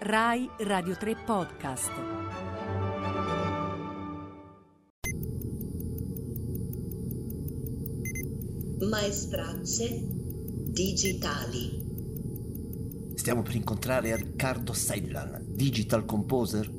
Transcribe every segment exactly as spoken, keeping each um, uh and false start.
Rai Radio tre Podcast. Maestranze digitali. Stiamo per incontrare Riccardo Sellan, Digital Composer.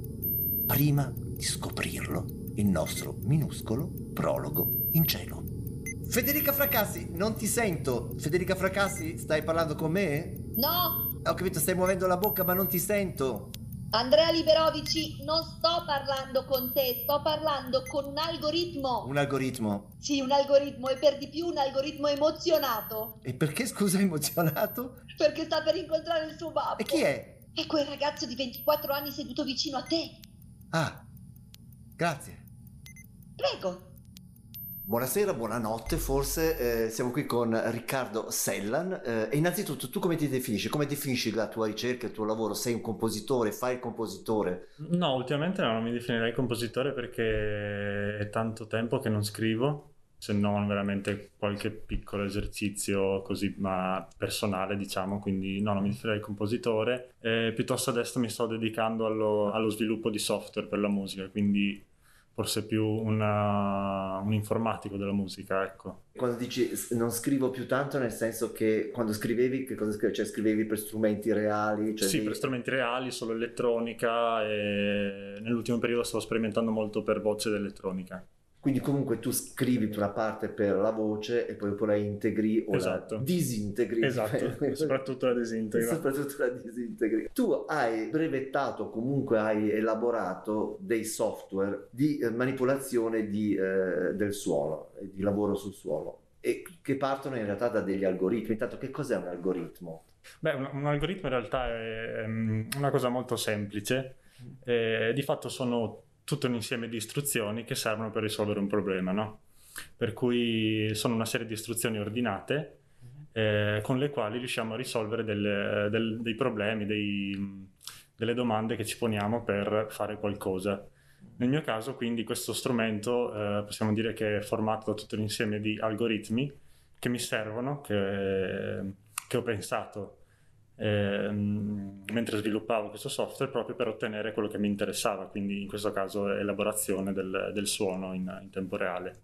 Prima di scoprirlo, il nostro minuscolo prologo in cielo. Federica Fracassi, non ti sento. Federica Fracassi, stai parlando con me? No! Ho capito, stai muovendo la bocca ma non ti sento. Andrea Liberovici, non sto parlando con te, sto parlando con un algoritmo. Un algoritmo? Sì, un algoritmo, e per di più un algoritmo emozionato. E perché, scusa, emozionato? Perché sta per incontrare il suo babbo. E chi è? È quel ragazzo di ventiquattro anni seduto vicino a te. Ah, grazie. Prego. Buonasera, buonanotte, forse eh, siamo qui con Riccardo Sellan eh, e innanzitutto tu come ti definisci? Come definisci la tua ricerca, il tuo lavoro? Sei un compositore? Fai il compositore? No, ultimamente non mi definirei compositore perché è tanto tempo che non scrivo, se non veramente qualche piccolo esercizio così, ma personale, diciamo, quindi no, non mi definirei compositore. Eh, piuttosto adesso mi sto dedicando allo, allo sviluppo di software per la musica, quindi forse più una, un informatico della musica, ecco. Quando dici non scrivo più tanto, nel senso che quando scrivevi, che cosa scrivevi? Cioè scrivevi per strumenti reali? Cioè sì, di... per strumenti reali, solo elettronica, e nell'ultimo periodo stavo sperimentando molto per voce d'elettronica. Quindi comunque tu scrivi una parte per la voce e poi poi la integri o esatto. la disintegri. Esatto, soprattutto la disintegri. Soprattutto la disintegri. Tu hai brevettato, comunque hai elaborato dei software di eh, manipolazione di, eh, del suono, di lavoro sul suono, e che partono in realtà da degli algoritmi. Intanto, che cos'è un algoritmo? Beh, un, un algoritmo in realtà è um, una cosa molto semplice. Eh, di fatto sono tutto un insieme di istruzioni che servono per risolvere un problema, no? Per cui sono una serie di istruzioni ordinate eh, con le quali riusciamo a risolvere delle, del, dei problemi, dei, delle domande che ci poniamo per fare qualcosa. Nel mio caso, quindi, questo strumento eh, possiamo dire che è formato da tutto un insieme di algoritmi che mi servono, che, che ho pensato Eh, mentre sviluppavo questo software proprio per ottenere quello che mi interessava, quindi in questo caso elaborazione del, del suono in, in tempo reale.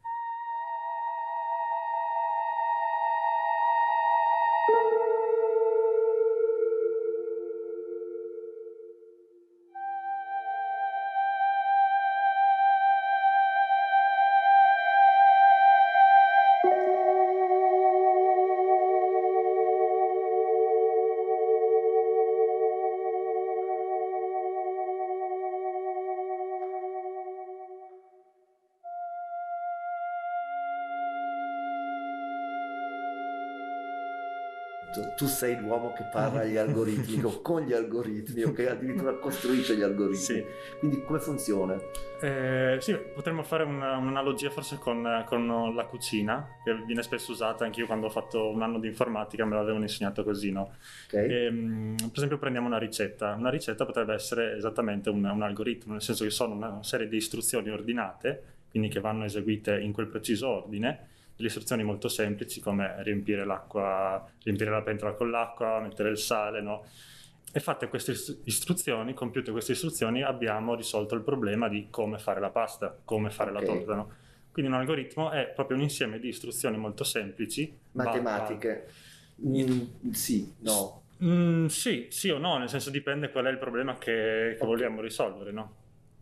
Tu sei l'uomo che parla agli algoritmi o con gli algoritmi o che addirittura costruisce gli algoritmi. Sì. Quindi come funziona? Eh, sì, potremmo fare una, un'analogia forse con, con la cucina, che viene spesso usata. Anche io quando ho fatto un anno di informatica me l'avevano insegnato così, no? Okay. E, per esempio prendiamo una ricetta. Una ricetta potrebbe essere esattamente un, un algoritmo, nel senso che sono una serie di istruzioni ordinate, quindi che vanno eseguite in quel preciso ordine, delle istruzioni molto semplici come riempire l'acqua, riempire la pentola con l'acqua, mettere il sale, no? E fatte queste istruzioni, compiute queste istruzioni, abbiamo risolto il problema di come fare la pasta, come fare okay. la torta, no? Quindi un algoritmo è proprio un insieme di istruzioni molto semplici. Matematiche. Mm, sì, no. Mm, sì, sì o no, nel senso dipende qual è il problema che, che okay. vogliamo risolvere, no?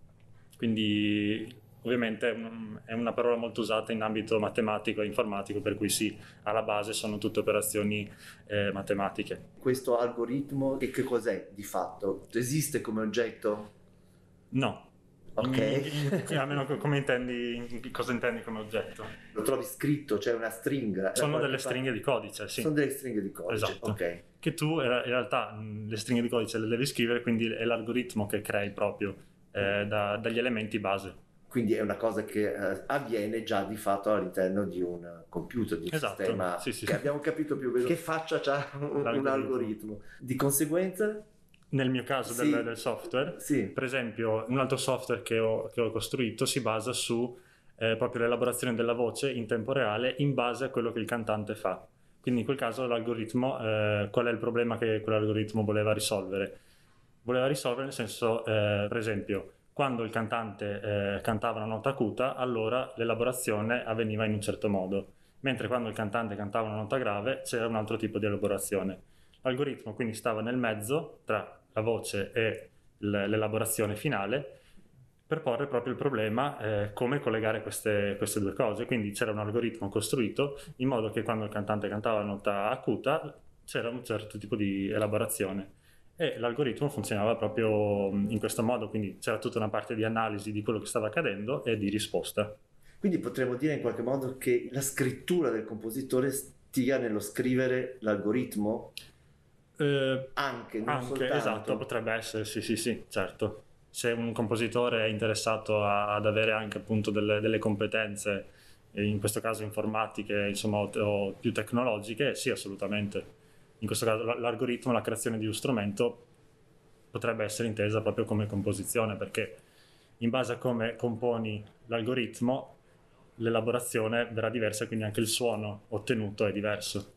Quindi ovviamente è, un, è una parola molto usata in ambito matematico e informatico, per cui sì, alla base sono tutte operazioni eh, matematiche. Questo algoritmo che, che cos'è di fatto? Esiste come oggetto? No. Ok. In, in, almeno come intendi, cosa intendi come oggetto? Lo trovi scritto, c'è cioè una stringa? Sono delle stringhe di codice, sì. Sono delle stringhe di codice, esatto. Ok. Che tu in realtà le stringhe di codice le devi scrivere, quindi è l'algoritmo che crei proprio eh, da, dagli elementi base. Quindi è una cosa che eh, avviene già di fatto all'interno di un computer, di un esatto. sistema sì, sì, che sì. abbiamo capito più o meno che faccia c'ha un, un algoritmo. Di conseguenza? Nel mio caso sì. del, del software, sì. per esempio un altro software che ho, che ho costruito si basa su eh, proprio l'elaborazione della voce in tempo reale in base a quello che il cantante fa. Quindi in quel caso l'algoritmo, eh, qual è il problema che quell'algoritmo voleva risolvere? voleva risolvere nel senso, eh, per esempio, quando il cantante eh, cantava una nota acuta, allora l'elaborazione avveniva in un certo modo, mentre quando il cantante cantava una nota grave c'era un altro tipo di elaborazione. L'algoritmo quindi stava nel mezzo tra la voce e l'elaborazione finale per porre proprio il problema eh, come collegare queste, queste due cose. Quindi c'era un algoritmo costruito in modo che quando il cantante cantava la nota acuta c'era un certo tipo di elaborazione e l'algoritmo funzionava proprio in questo modo, quindi c'era tutta una parte di analisi di quello che stava accadendo e di risposta. Quindi potremmo dire in qualche modo che la scrittura del compositore stia nello scrivere l'algoritmo? Eh, anche, non anche, soltanto. esatto, potrebbe essere, sì, sì, sì, certo. Se un compositore è interessato a, ad avere anche appunto delle, delle competenze, in questo caso informatiche, insomma, o, o più tecnologiche, sì, assolutamente. In questo caso l'algoritmo, la creazione di uno strumento potrebbe essere intesa proprio come composizione, perché in base a come componi l'algoritmo, l'elaborazione verrà diversa, quindi anche il suono ottenuto è diverso.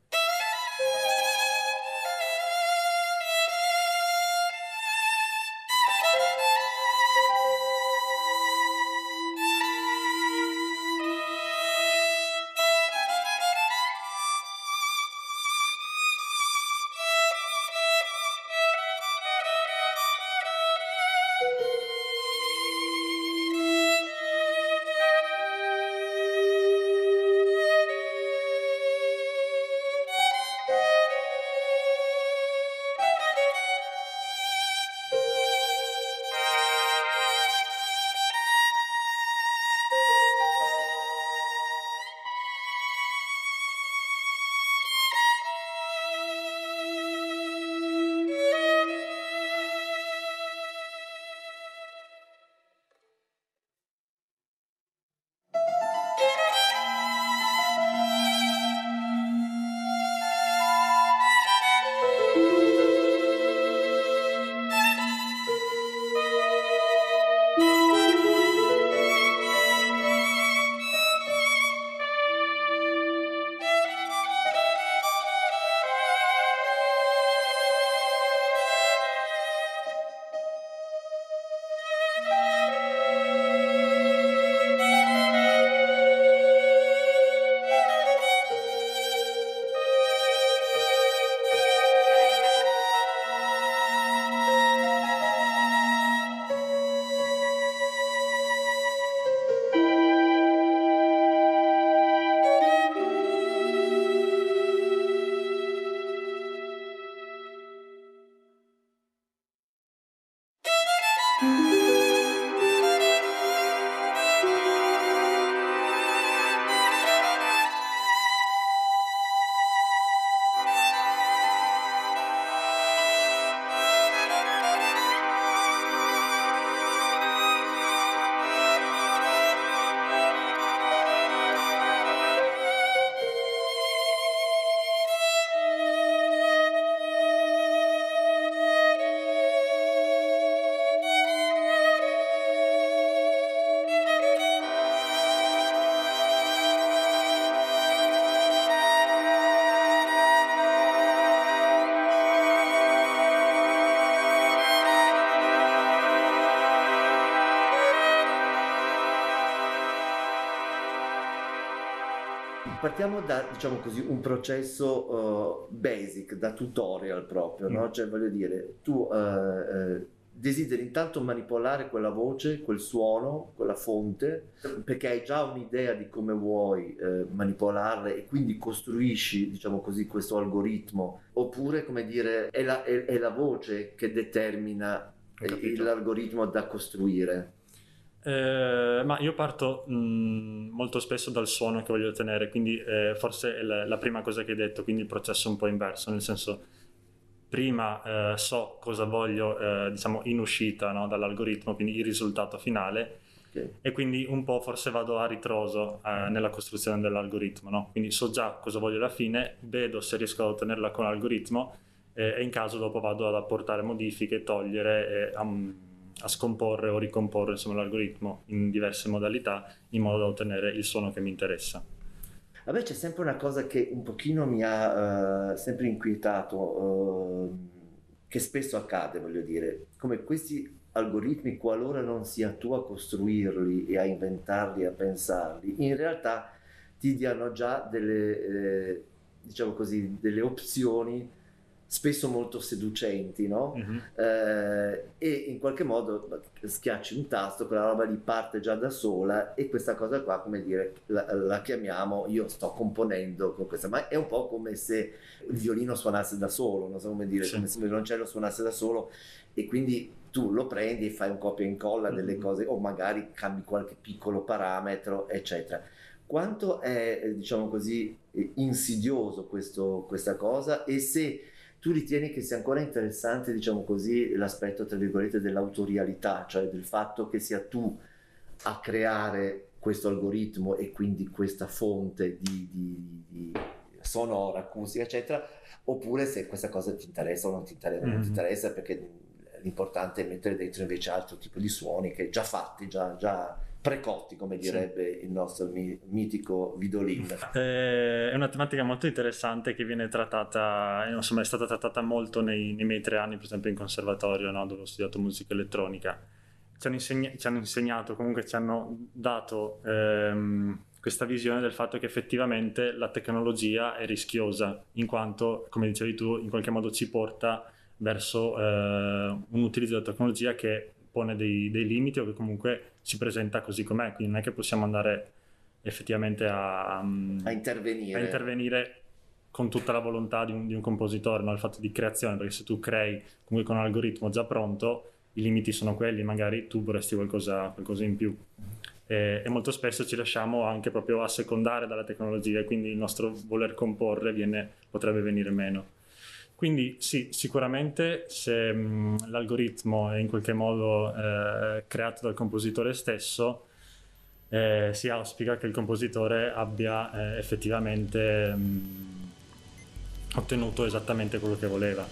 Partiamo da, diciamo così, un processo uh, basic, da tutorial proprio, no? Mm. Cioè, voglio dire, tu uh, uh, desideri intanto manipolare quella voce, quel suono, quella fonte, perché hai già un'idea di come vuoi uh, manipolarle e quindi costruisci, diciamo così, questo algoritmo, oppure, come dire, è la, è, è la voce che determina l'algoritmo da costruire? Eh, ma io parto mh, molto spesso dal suono che voglio ottenere, quindi eh, forse è la, la prima cosa che hai detto, quindi il processo è un po' inverso, nel senso prima eh, so cosa voglio eh, diciamo in uscita, no, dall'algoritmo, quindi il risultato finale, okay. E quindi un po' forse vado a ritroso eh, nella costruzione dell'algoritmo, no? Quindi so già cosa voglio alla fine, vedo se riesco ad ottenerla con l'algoritmo eh, e in caso dopo vado ad apportare modifiche, togliere e um, a scomporre o ricomporre insomma l'algoritmo in diverse modalità in modo da ottenere il suono che mi interessa. A me c'è sempre una cosa che un pochino mi ha uh, sempre inquietato, uh, che spesso accade, voglio dire, come questi algoritmi, qualora non sia tu a costruirli e a inventarli, a pensarli, in realtà ti diano già delle, eh, diciamo così, delle opzioni spesso molto seducenti, no? Mhm. Eh, e in qualche modo schiacci un tasto, quella roba lì parte già da sola, e questa cosa qua, come dire, la, la chiamiamo io sto componendo con questa, ma è un po' come se il violino suonasse da solo, non so come dire, Sì. come se il violoncello suonasse da solo, e quindi tu lo prendi e fai un copia e incolla delle Mhm. cose, o magari cambi qualche piccolo parametro, eccetera. Quanto è, eh, diciamo così, eh, insidioso questo, questa cosa, e se tu ritieni che sia ancora interessante, diciamo così, l'aspetto, tra virgolette, dell'autorialità, cioè del fatto che sia tu a creare questo algoritmo e quindi questa fonte di, di, di sonora, acustica, eccetera, oppure se questa cosa ti interessa o non ti interessa, non ti Mhm. interessa, perché l'importante è mettere dentro invece altro tipo di suoni che già fatti, già, già precotti, come Sì. direbbe il nostro mi- mitico Vidolin. Eh, È una tematica molto interessante che viene trattata, eh, insomma, è stata trattata molto nei, nei miei tre anni, per esempio in conservatorio, no, dove ho studiato musica elettronica. Ci hanno, insegna- ci hanno insegnato, comunque ci hanno dato ehm, questa visione del fatto che effettivamente la tecnologia è rischiosa, in quanto, come dicevi tu, in qualche modo ci porta verso eh, un utilizzo della tecnologia che pone dei, dei limiti, o che comunque si presenta così com'è, quindi non è che possiamo andare effettivamente a, A intervenire. a intervenire con tutta la volontà di un, di un compositore, no? Il fatto di creazione, perché se tu crei comunque con un algoritmo già pronto, i limiti sono quelli, magari tu vorresti qualcosa, qualcosa in più. E, e molto spesso ci lasciamo anche proprio assecondare dalla tecnologia, e quindi il nostro voler comporre viene, potrebbe venire meno. Quindi sì, sicuramente se mh, l'algoritmo è in qualche modo eh, creato dal compositore stesso, eh, si auspica che il compositore abbia eh, effettivamente mh, ottenuto esattamente quello che voleva.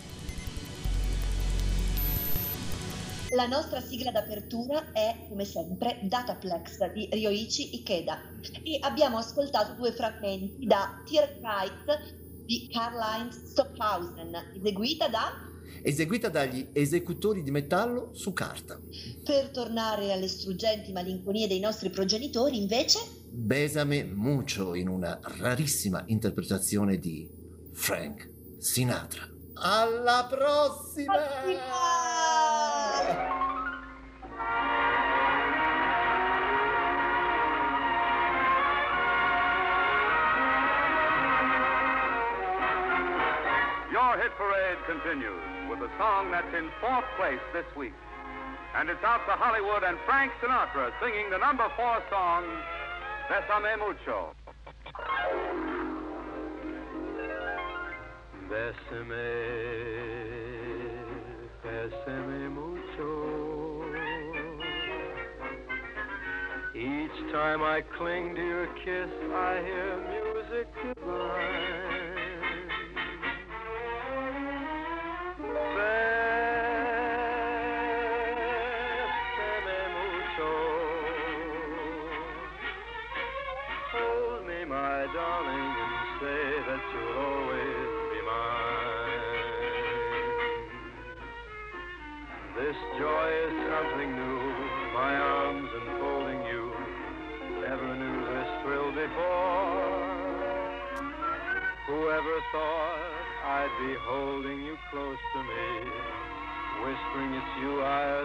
La nostra sigla d'apertura è, come sempre, Dataplex di Ryoichi Ikeda, e abbiamo ascoltato due frammenti da Tierkreis di Karl-Heinz Stockhausen, eseguita da... Eseguita dagli esecutori di metallo su carta. Per tornare alle struggenti malinconie dei nostri progenitori, invece... Besame Mucho, in una rarissima interpretazione di Frank Sinatra. Alla prossima! Your hit parade continues with a song that's in fourth place this week. And it's out to Hollywood and Frank Sinatra singing the number four song, Bésame Mucho. Bésame, bésame mucho. Each time I cling to your kiss, I hear music divine. Bésame mucho. Hold me, my darling, and say that you'll always be mine. This joy is something new, my arms enfolding you. Never knew this thrill before. Whoever thought I'd be holding you close to me, whispering it's you I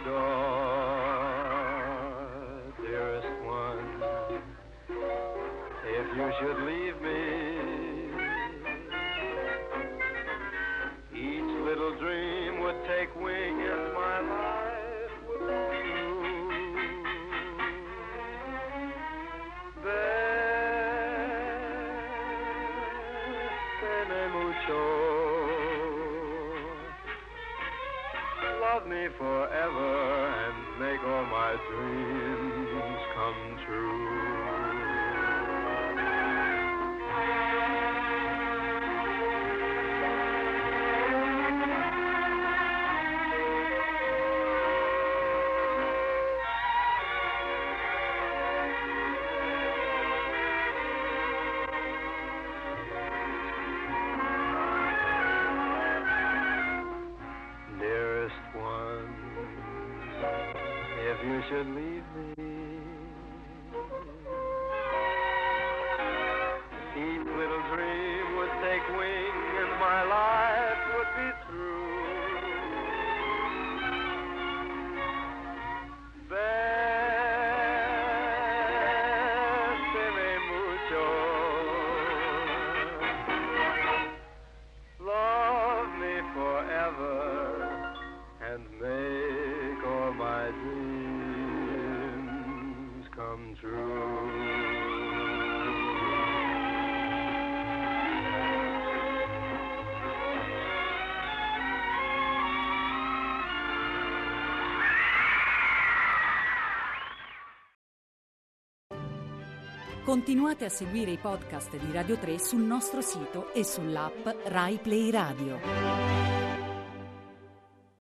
adore. Dearest one, if you should leave me, each little dream would take wing and my life would be true. Bésame mucho. Love me forever and make all my dreams come true. you should leave me. Each little dream would take wing and my life would be through. Béseme mucho. Love me forever and make all my dreams come true. Continuate a seguire i podcast di Radio tre sul nostro sito e sull'app Rai Play Radio.